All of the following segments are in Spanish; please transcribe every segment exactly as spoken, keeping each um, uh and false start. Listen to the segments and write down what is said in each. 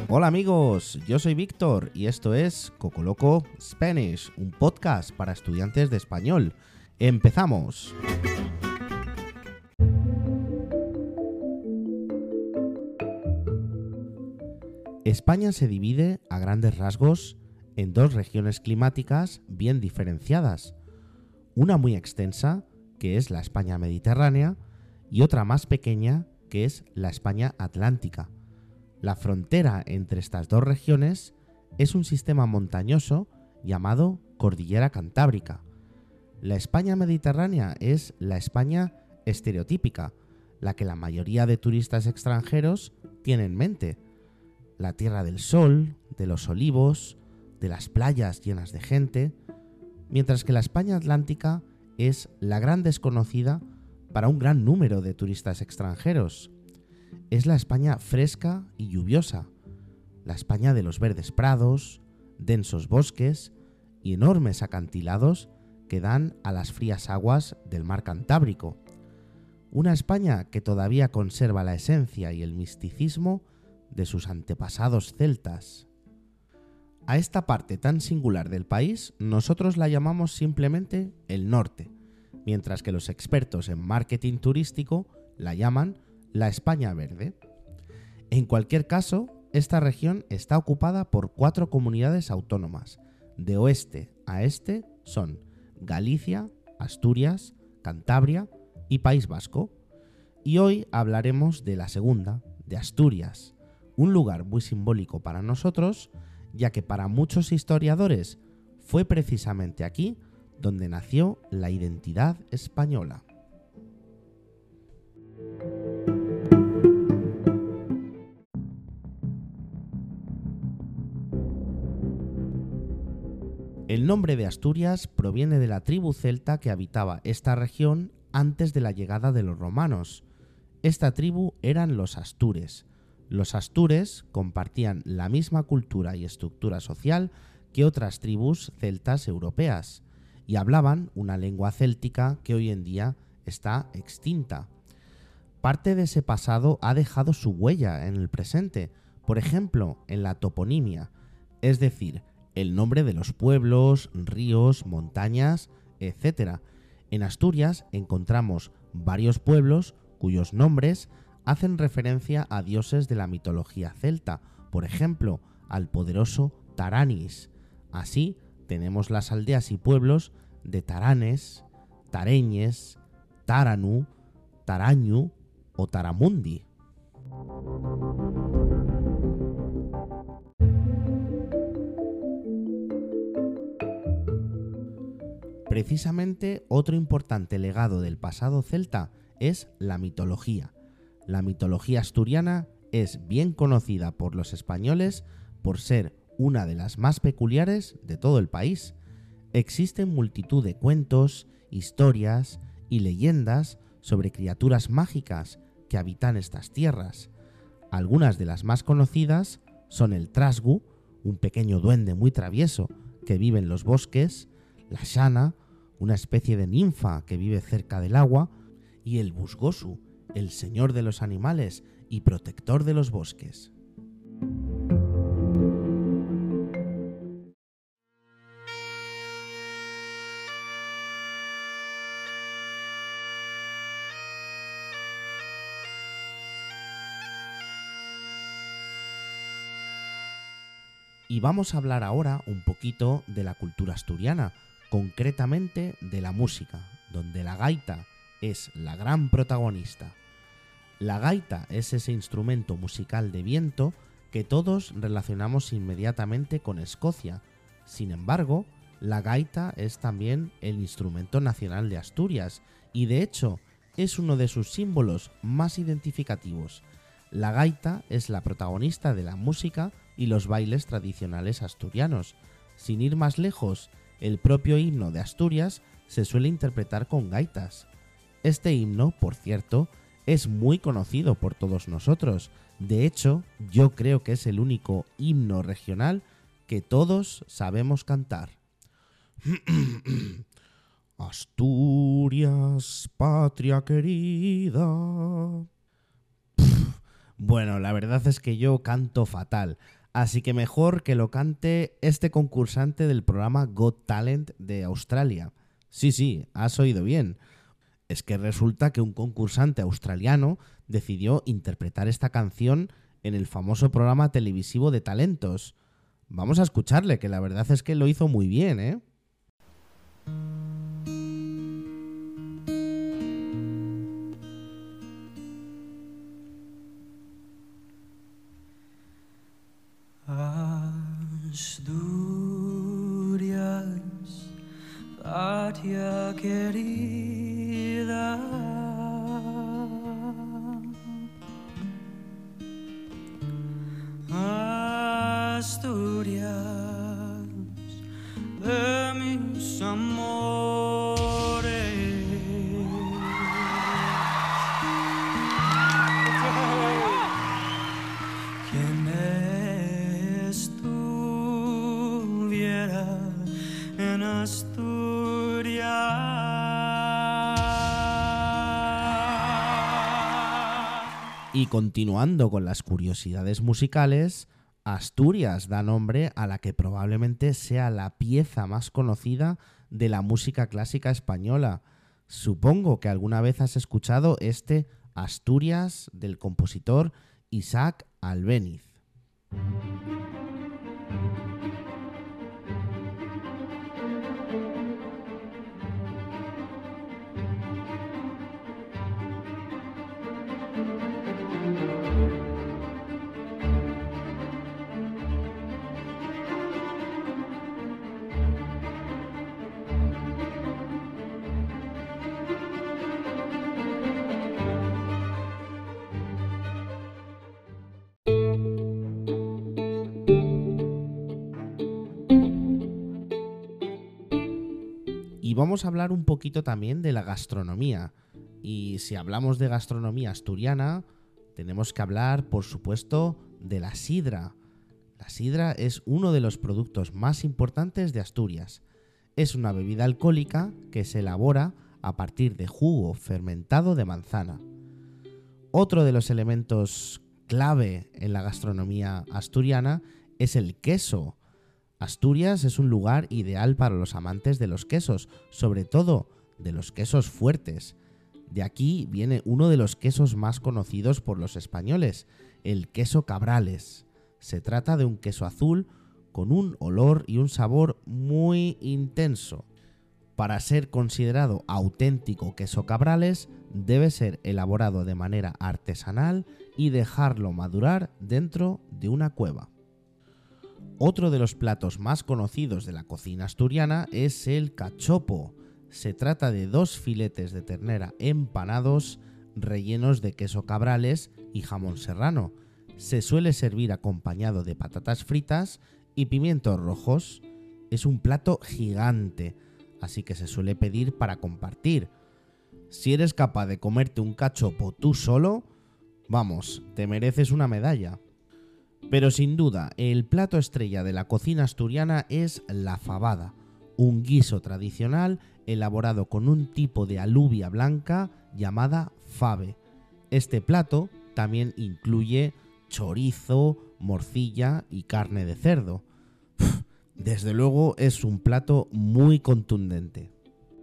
Hola amigos, yo soy Víctor y esto es Cocoloco Spanish, un podcast para estudiantes de español. ¡Empezamos! España se divide a grandes rasgos en dos regiones climáticas bien diferenciadas. Una muy extensa, que es la España mediterránea, y otra más pequeña, que es la España atlántica. La frontera entre estas dos regiones es un sistema montañoso llamado Cordillera Cantábrica. La España mediterránea es la España estereotípica, la que la mayoría de turistas extranjeros tiene en mente. La tierra del sol, de los olivos, de las playas llenas de gente, mientras que la España atlántica es la gran desconocida para un gran número de turistas extranjeros. Es la España fresca y lluviosa, la España de los verdes prados, densos bosques y enormes acantilados que dan a las frías aguas del mar Cantábrico. Una España que todavía conserva la esencia y el misticismo de sus antepasados celtas. A esta parte tan singular del país nosotros la llamamos simplemente el norte, mientras que los expertos en marketing turístico la llaman la España verde. En cualquier caso, esta región está ocupada por cuatro comunidades autónomas. De oeste a este son Galicia, Asturias, Cantabria y País Vasco. Y hoy hablaremos de la segunda, de Asturias, un lugar muy simbólico para nosotros, ya que para muchos historiadores fue precisamente aquí donde nació la identidad española. El nombre de Asturias proviene de la tribu celta que habitaba esta región antes de la llegada de los romanos. Esta tribu eran los astures. Los astures compartían la misma cultura y estructura social que otras tribus celtas europeas y hablaban una lengua céltica que hoy en día está extinta. Parte de ese pasado ha dejado su huella en el presente, por ejemplo, en la toponimia, es decir, el nombre de los pueblos, ríos, montañas, etcétera. En Asturias encontramos varios pueblos cuyos nombres hacen referencia a dioses de la mitología celta, por ejemplo, al poderoso Taranis. Así tenemos las aldeas y pueblos de Taranes, Tareñes, Taranu, Tarañu o Taramundi. Precisamente otro importante legado del pasado celta es la mitología. La mitología asturiana es bien conocida por los españoles por ser una de las más peculiares de todo el país. Existen multitud de cuentos, historias y leyendas sobre criaturas mágicas que habitan estas tierras. Algunas de las más conocidas son el Trasgu, un pequeño duende muy travieso que vive en los bosques, la Xana, una especie de ninfa que vive cerca del agua, y el Busgosu, el señor de los animales y protector de los bosques. Y vamos a hablar ahora un poquito de la cultura asturiana, concretamente de la música, donde la gaita es la gran protagonista. La gaita es ese instrumento musical de viento que todos relacionamos inmediatamente con Escocia. Sin embargo, la gaita es también el instrumento nacional de Asturias y de hecho es uno de sus símbolos más identificativos. La gaita es la protagonista de la música y los bailes tradicionales asturianos. Sin ir más lejos, el propio himno de Asturias se suele interpretar con gaitas. Este himno, por cierto, es muy conocido por todos nosotros. De hecho, yo creo que es el único himno regional que todos sabemos cantar. Asturias, patria querida. Pff, bueno, la verdad es que yo canto fatal, Así que mejor que lo cante este concursante del programa Got Talent de Australia. Sí, sí, has oído bien. Es que resulta que un concursante australiano decidió interpretar esta canción en el famoso programa televisivo de talentos. Vamos a escucharle, que la verdad es que lo hizo muy bien, ¿eh? Asturias, patria querida, Asturias de mis amores. Quien estuviera en Asturias. Y continuando con las curiosidades musicales, Asturias da nombre a la que probablemente sea la pieza más conocida de la música clásica española. Supongo que alguna vez has escuchado este Asturias del compositor Isaac Albéniz. Y vamos a hablar un poquito también de la gastronomía. Y si hablamos de gastronomía asturiana, tenemos que hablar, por supuesto, de la sidra. La sidra es uno de los productos más importantes de Asturias. Es una bebida alcohólica que se elabora a partir de jugo fermentado de manzana. Otro de los elementos clave en la gastronomía asturiana es el queso. Asturias es un lugar ideal para los amantes de los quesos, sobre todo de los quesos fuertes. De aquí viene uno de los quesos más conocidos por los españoles, el queso Cabrales. Se trata de un queso azul con un olor y un sabor muy intenso. Para ser considerado auténtico queso Cabrales, debe ser elaborado de manera artesanal y dejarlo madurar dentro de una cueva. Otro de los platos más conocidos de la cocina asturiana es el cachopo. Se trata de dos filetes de ternera empanados rellenos de queso Cabrales y jamón serrano. Se suele servir acompañado de patatas fritas y pimientos rojos. Es un plato gigante, así que se suele pedir para compartir. Si eres capaz de comerte un cachopo tú solo, vamos, te mereces una medalla. Pero sin duda, el plato estrella de la cocina asturiana es la fabada, un guiso tradicional elaborado con un tipo de alubia blanca llamada fave. Este plato también incluye chorizo, morcilla y carne de cerdo. Desde luego es un plato muy contundente.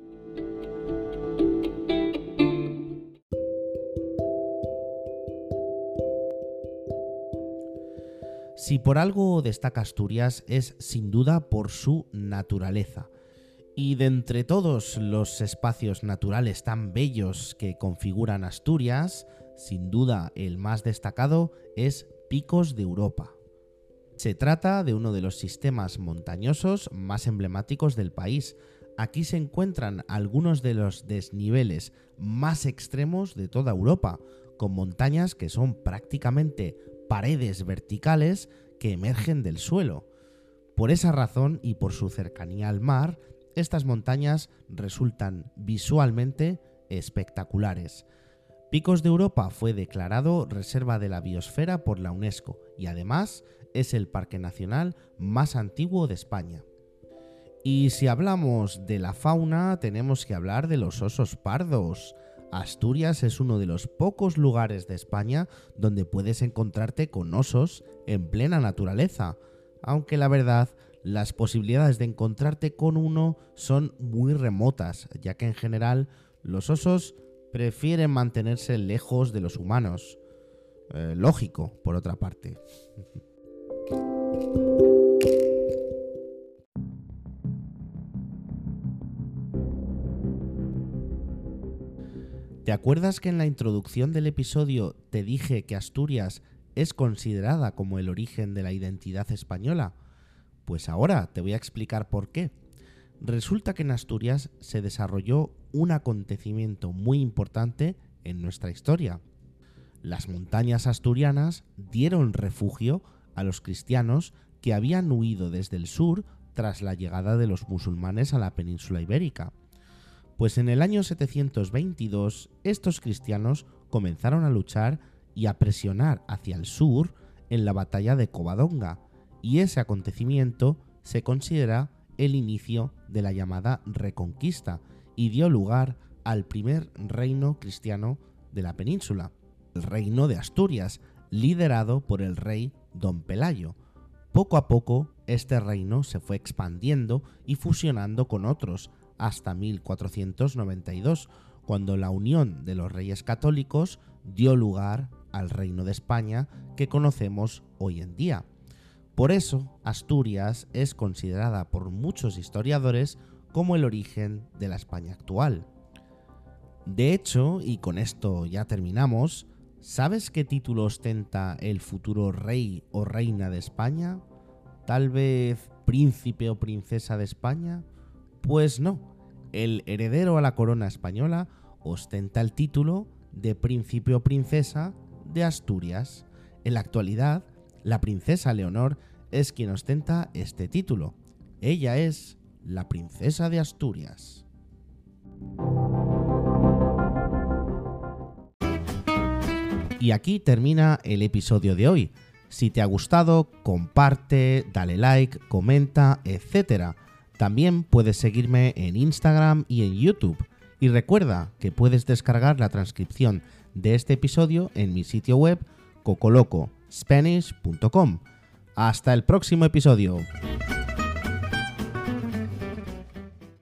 Si por algo destaca Asturias es sin duda por su naturaleza. Y de entre todos los espacios naturales tan bellos que configuran Asturias, sin duda el más destacado es Picos de Europa. Se trata de uno de los sistemas montañosos más emblemáticos del país. Aquí se encuentran algunos de los desniveles más extremos de toda Europa, con montañas que son prácticamente paredes verticales que emergen del suelo. Por esa razón y por su cercanía al mar, estas montañas resultan visualmente espectaculares. Picos de Europa fue declarado Reserva de la Biosfera por la UNESCO y además es el parque nacional más antiguo de España. Y si hablamos de la fauna, tenemos que hablar de los osos pardos. Asturias es uno de los pocos lugares de España donde puedes encontrarte con osos en plena naturaleza, aunque la verdad, las posibilidades de encontrarte con uno son muy remotas, ya que en general los osos prefieren mantenerse lejos de los humanos. Eh, lógico, por otra parte. ¿Te acuerdas que en la introducción del episodio te dije que Asturias es considerada como el origen de la identidad española? Pues ahora te voy a explicar por qué. Resulta que en Asturias se desarrolló un acontecimiento muy importante en nuestra historia. Las montañas asturianas dieron refugio a los cristianos que habían huido desde el sur tras la llegada de los musulmanes a la península ibérica. Pues en el año setecientos veintidós estos cristianos comenzaron a luchar y a presionar hacia el sur en la batalla de Covadonga, y ese acontecimiento se considera el inicio de la llamada Reconquista y dio lugar al primer reino cristiano de la península, el reino de Asturias, liderado por el rey Don Pelayo. Poco a poco este reino se fue expandiendo y fusionando con otros hasta mil cuatrocientos noventa y dos, cuando la unión de los reyes católicos dio lugar al reino de España que conocemos hoy en día. Por eso, Asturias es considerada por muchos historiadores como el origen de la España actual. De hecho, y con esto ya terminamos, ¿sabes qué título ostenta el futuro rey o reina de España? ¿Tal vez príncipe o princesa de España? Pues no, el heredero a la corona española ostenta el título de príncipe o princesa de Asturias. En la actualidad, la princesa Leonor es quien ostenta este título. Ella es la princesa de Asturias. Y aquí termina el episodio de hoy. Si te ha gustado, comparte, dale like, comenta, etcétera. También puedes seguirme en Instagram y en YouTube. Y recuerda que puedes descargar la transcripción de este episodio en mi sitio web cocoloco spanish punto com. Hasta el próximo episodio.